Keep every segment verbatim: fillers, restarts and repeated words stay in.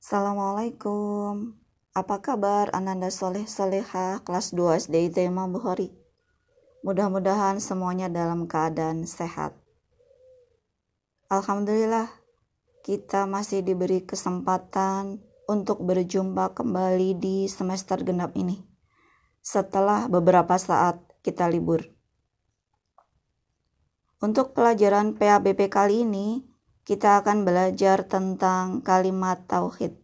Assalamualaikum. Apa kabar Ananda Soleh Soleha kelas dua S D I T Imam Bukhari? Mudah-mudahan semuanya dalam keadaan sehat. Alhamdulillah, kita masih diberi kesempatan untuk berjumpa kembali di semester genap ini setelah beberapa saat kita libur. Untuk pelajaran P A B P kali ini, kita akan belajar tentang kalimat tauhid.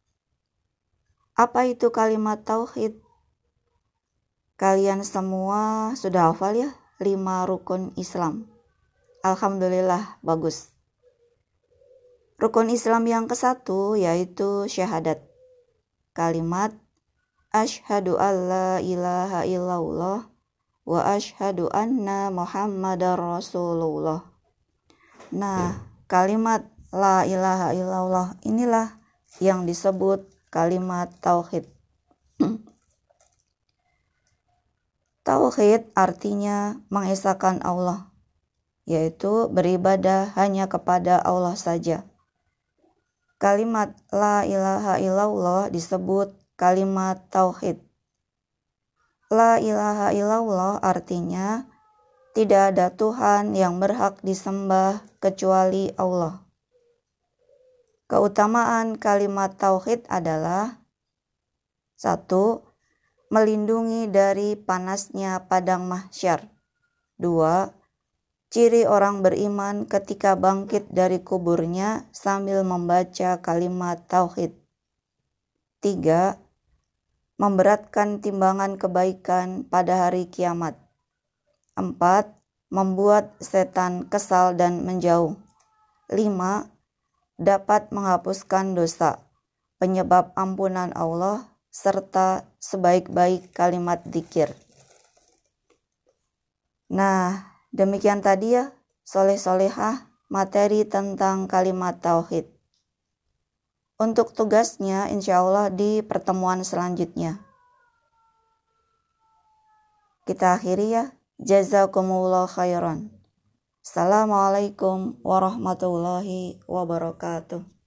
Apa itu kalimat tauhid? Kalian semua sudah hafal ya lima rukun Islam. Alhamdulillah, bagus. Rukun Islam yang ke satu yaitu syahadat. Kalimat asyhadu alla ilaha illallah wa asyhadu anna muhammadar rasulullah. Nah, kalimat la ilaha illallah inilah yang disebut kalimat tauhid. Tauhid artinya mengesahkan Allah, yaitu beribadah hanya kepada Allah saja. Kalimat la ilaha illallah disebut kalimat tauhid. La ilaha illallah artinya tidak ada Tuhan yang berhak disembah kecuali Allah. Keutamaan kalimat tauhid adalah satu. Melindungi dari panasnya padang mahsyar. Dua. Ciri orang beriman ketika bangkit dari kuburnya sambil membaca kalimat tauhid. Tiga. Memberatkan timbangan kebaikan pada hari kiamat. Empat. Membuat setan kesal dan menjauh. Lima. Dapat menghapuskan dosa, penyebab ampunan Allah, serta sebaik-baik kalimat dzikir. Nah, demikian tadi ya, soleh-solehah, materi tentang kalimat tauhid. Untuk tugasnya, insya Allah di pertemuan selanjutnya. Kita akhiri ya. Jazakumullah khairan. Assalamualaikum warahmatullahi wabarakatuh.